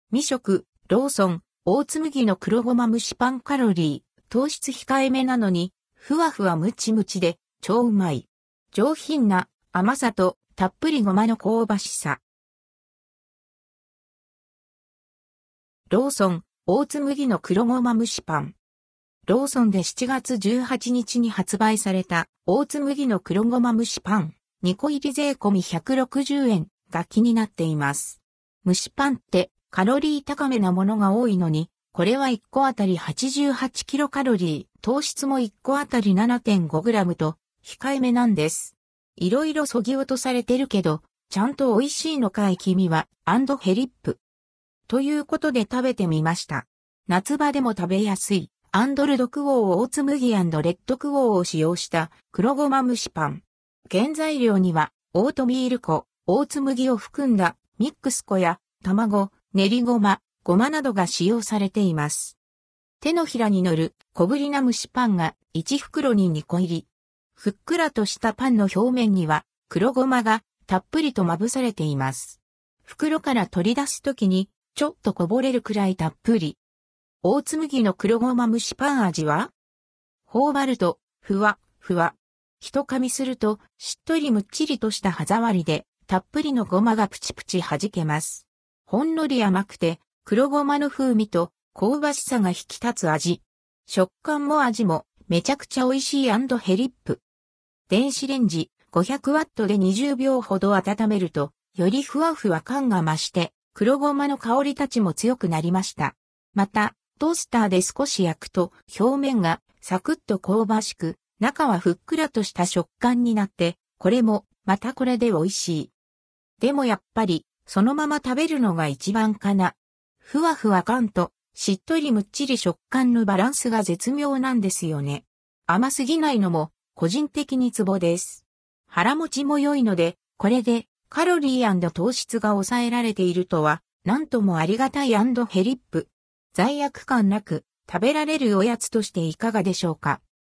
未食、ローソン、オーツ麦の黒ごま蒸しパンカロリー、糖質控えめなのに、ふわふわムチムチで、超うまい。上品な甘さとたっぷりごまの香ばしさ。ローソン、オーツ麦の黒ごま蒸しパン。ローソンで7月18日に発売された、オーツ麦の黒ごま蒸しパン、2個入り税込み160円が気になっています。蒸しパンってカロリー高めなものが多いのに、これは1個あたり88キロカロリー、糖質も1個あたり 7.5 グラムと控えめなんです。いろいろそぎ落とされてるけど、ちゃんと美味しいのかい君は、ヘリップ。ということで食べてみました。夏場でも食べやすい、ルドクオーオーツ麦&レッドクオーを使用した黒ごま蒸しパン。原材料には、オートミール粉、オーツ麦を含んだミックス粉や卵、練りごま、ごまなどが使用されています。手のひらに乗る小ぶりな蒸しパンが1袋に2個入り。ふっくらとしたパンの表面には黒ごまがたっぷりとまぶされています。袋から取り出すときにちょっとこぼれるくらいたっぷり。オーツ麦の黒ごま蒸しパン味は頬張るとふわふわ。一噛みするとしっとりむっちりとした歯触りでたっぷりのごまがプチプチ弾けます。ほんのり甘くて黒ごまの風味と香ばしさが引き立つ味。食感も味もめちゃくちゃ美味しい&ヘリップ。電子レンジ500ワットで20秒ほど温めるとよりふわふわ感が増して黒ごまの香りたちも強くなりました。またトースターで少し焼くと表面がサクッと香ばしく中はふっくらとした食感になってこれもまたこれで美味しい。でもやっぱりそのまま食べるのが一番かな。ふわふわ感としっとりむっちり食感のバランスが絶妙なんですよね。甘すぎないのも個人的にツボです。腹持ちも良いので、これでカロリー&糖質が抑えられているとは、なんともありがたい&ヘリップ。罪悪感なく食べられるおやつとしていかがでしょうか。